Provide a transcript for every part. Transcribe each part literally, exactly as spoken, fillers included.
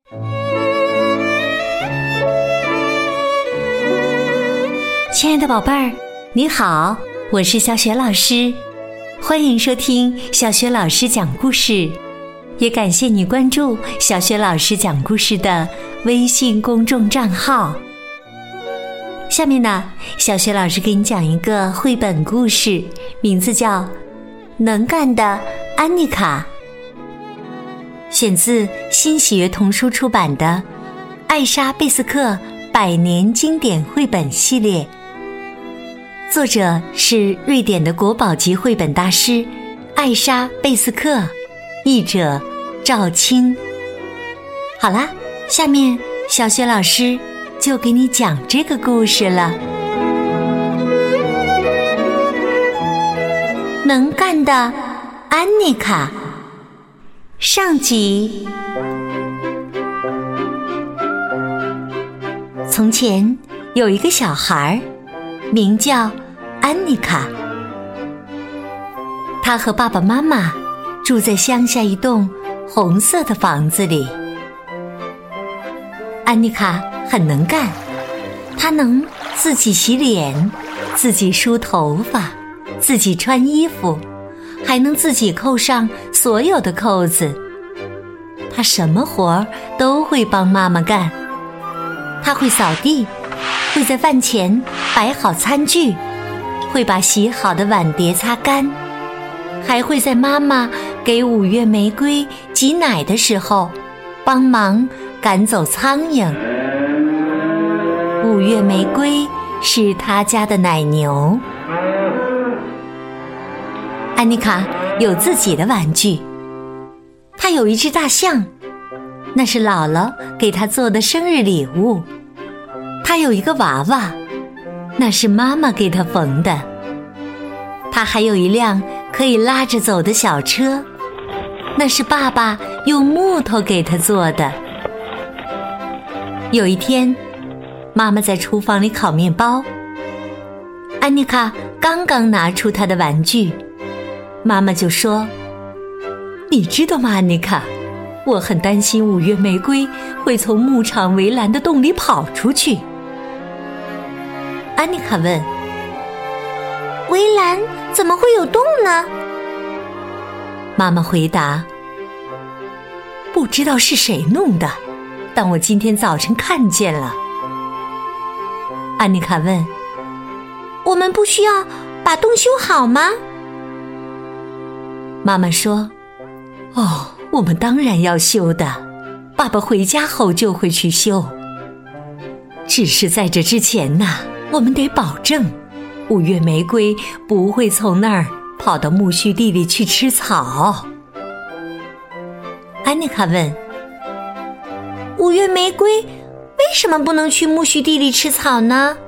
亲爱的宝贝儿，你好，我是小雪老师，欢迎收听小雪老师讲故事，也感谢你关注小雪老师讲故事的微信公众账号。下面呢，小雪老师给你讲一个绘本故事，名字叫《能干的安妮卡》，选自新喜悦童书出版的艾莎贝斯克百年经典绘本系列，作者是瑞典的国宝级绘本大师艾莎贝斯克，译者赵青。好啦，下面小雪老师就给你讲这个故事了。能干的安妮卡上集。从前有一个小孩，名叫安妮卡，她和爸爸妈妈住在乡下一栋红色的房子里。安妮卡很能干，她能自己洗脸，自己梳头发，自己穿衣服，还能自己扣上所有的扣子。她什么活儿都会帮妈妈干。她会扫地，会在饭前摆好餐具，会把洗好的碗碟擦干，还会在妈妈给五月玫瑰挤奶的时候帮忙赶走苍蝇。五月玫瑰是她家的奶牛。安妮卡有自己的玩具，她有一只大象，那是姥姥给她做的生日礼物。她有一个娃娃，那是妈妈给她缝的。她还有一辆可以拉着走的小车，那是爸爸用木头给她做的。有一天，妈妈在厨房里烤面包，安妮卡刚刚拿出她的玩具，妈妈就说：你知道吗，安妮卡，我很担心五月玫瑰会从牧场围栏的洞里跑出去。安妮卡问：围栏怎么会有洞呢？妈妈回答：不知道是谁弄的，但我今天早晨看见了。安妮卡问：我们不需要把洞修好吗？妈妈说：哦，我们当然要修的，爸爸回家后就会去修。只是在这之前呢，我们得保证五月玫瑰不会从那儿跑到苜蓿地里去吃草。安妮卡问：五月玫瑰为什么不能去苜蓿地里吃草呢？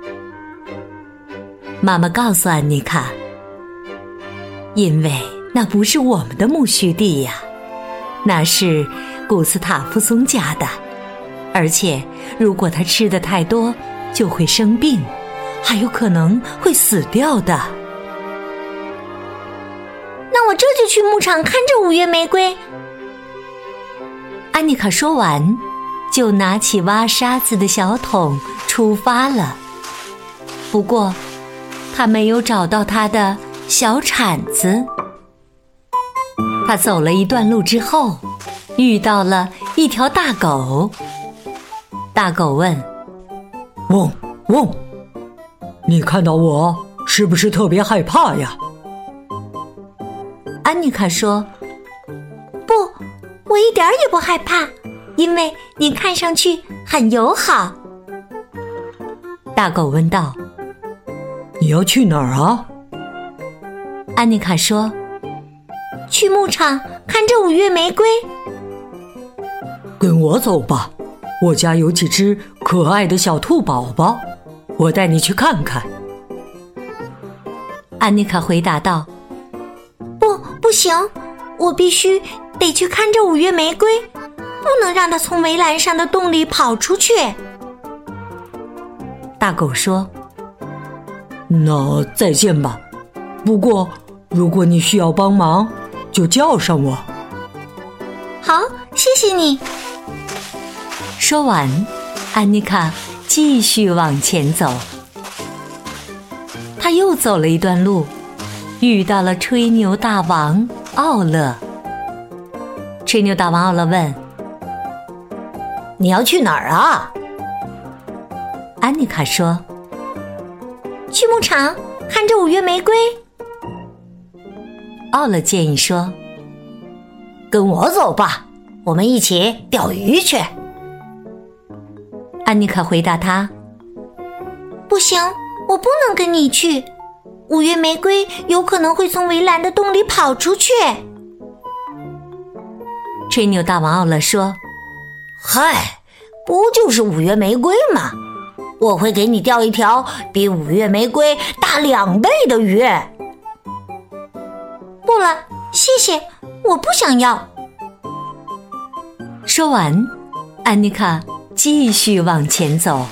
妈妈告诉安妮卡：因为那不是我们的苜蓿地呀，那是古斯塔夫松家的，而且如果他吃的太多就会生病，还有可能会死掉的。那我这就去牧场看着五月玫瑰。安妮卡说完，就拿起挖沙子的小桶出发了。不过她没有找到她的小铲子。她走了一段路之后，遇到了一条大狗。大狗问： 嗡嗡，你看到我是不是特别害怕呀？ 安妮卡说：不，我一点也不害怕，因为你看上去很友好。大狗问道： 你要去哪儿啊？ 安妮卡说：去牧场看着五月玫瑰。 跟我走吧，我家有几只可爱的小兔宝宝，我带你去看看。 安妮卡回答道：不，不行，我必须得去看着五月玫瑰，不能让它从围栏上的洞里跑出去。大狗说： 那再见吧，不过如果你需要帮忙就叫上我。 好，谢谢你。 说完，安妮卡继续往前走。她又走了一段路，遇到了吹牛大王奥勒。吹牛大王奥勒问： 你要去哪儿啊？ 安妮卡说： 去牧场看着五月玫瑰。 奥勒建议说： 跟我走吧，我们一起钓鱼去。 安妮卡回答他： 不行，我不能跟你去，五月玫瑰有可能会从围栏的洞里跑出去。 吹牛大王奥勒说： 嗨，不就是五月玫瑰吗？我会给你钓一条比五月玫瑰大两倍的鱼。 不了，谢谢，我不想要。 说完，安妮卡继续往前走。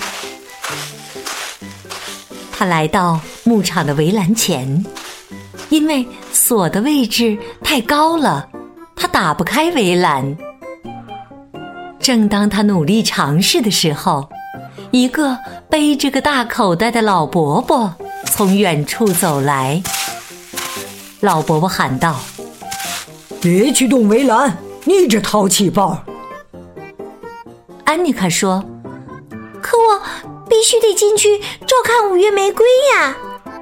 她来到牧场的围栏前，因为锁的位置太高了，她打不开围栏。正当她努力尝试的时候，一个背着个大口袋的老伯伯从远处走来。老伯伯喊道： 别去动围栏，你这淘气包。 安妮卡说： 可我必须得进去照看五月玫瑰呀。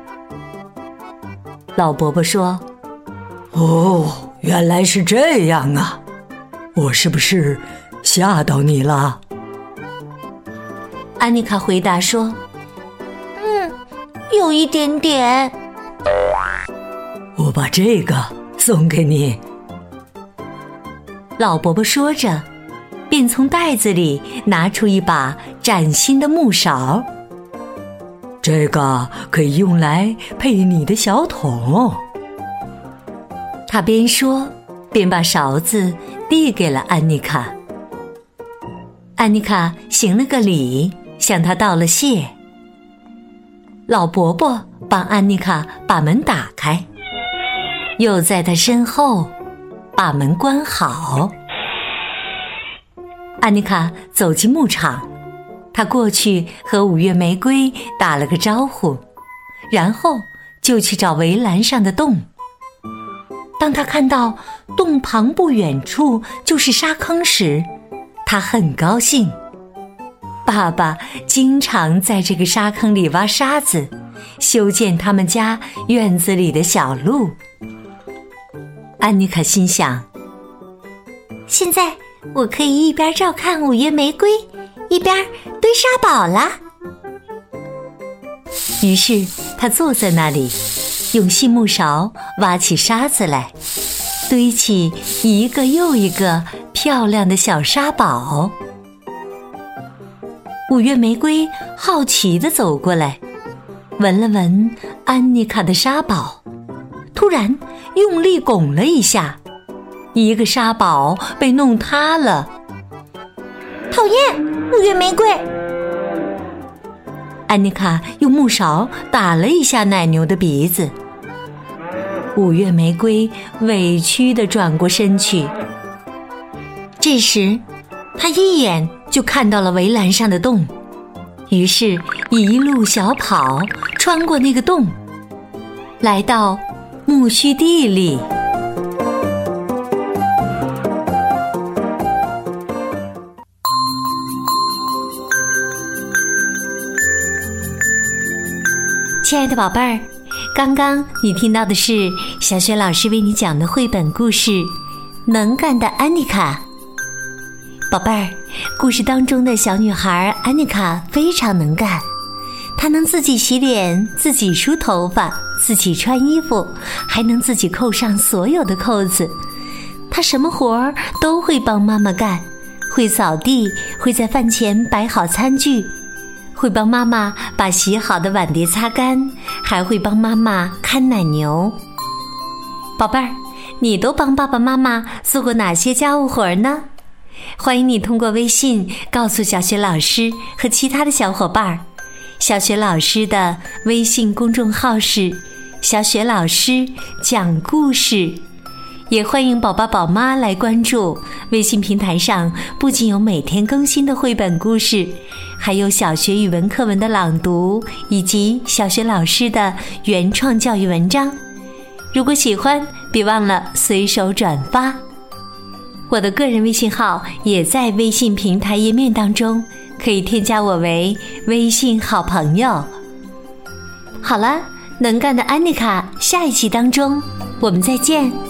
老伯伯说： 哦，原来是这样啊，我是不是吓到你了？ 安妮卡回答说： 嗯，有一点点。 我把这个送给你。 老伯伯说着，便从袋子里拿出一把崭新的木勺。 这个可以用来配你的小桶。 他边说边把勺子递给了安妮卡。安妮卡行了个礼，向他道了谢。老伯伯帮安妮卡把门打开，又在她身后把门关好。安妮卡走进牧场，她过去和五月玫瑰打了个招呼，然后就去找围栏上的洞。当她看到洞旁不远处就是沙坑时，她很高兴。爸爸经常在这个沙坑里挖沙子，修建他们家院子里的小路。安妮卡心想， 现在我可以一边照看五月玫瑰，一边堆沙堡啦。 于是她坐在那里，用细木勺挖起沙子来，堆起一个又一个漂亮的小沙堡。五月玫瑰好奇地走过来，闻了闻安妮卡的沙堡，突然用力拱了一下，一个沙堡被弄塌了。 讨厌，五月玫瑰！ 安妮卡用木勺打了一下奶牛的鼻子。五月玫瑰委屈地转过身去。这时，她一眼就看到了围栏上的洞，于是一路小跑，穿过那个洞，来到苜蓿地里。亲爱的宝贝儿，刚刚你听到的是小雪老师为你讲的绘本故事《能干的安妮卡》。宝贝儿，故事当中的小女孩安妮卡非常能干，她能自己洗脸，自己梳头发，自己穿衣服，还能自己扣上所有的扣子。她什么活儿都会帮妈妈干，会扫地，会在饭前摆好餐具，会帮妈妈把洗好的碗碟擦干，还会帮妈妈看奶牛。宝贝儿，你都帮爸爸妈妈做过哪些家务活呢？欢迎你通过微信告诉小雪老师和其他的小伙伴。小雪老师的微信公众号是小雪老师讲故事， 也欢迎宝宝宝妈来关注微信平台上，不仅有每天更新的绘本故事，还有小学语文课文的朗读，以及小学老师的原创教育文章。如果喜欢，别忘了随手转发。我的个人微信号也在微信平台页面当中，可以添加我为微信好朋友。好了，能干的安妮卡，下一期当中我们再见。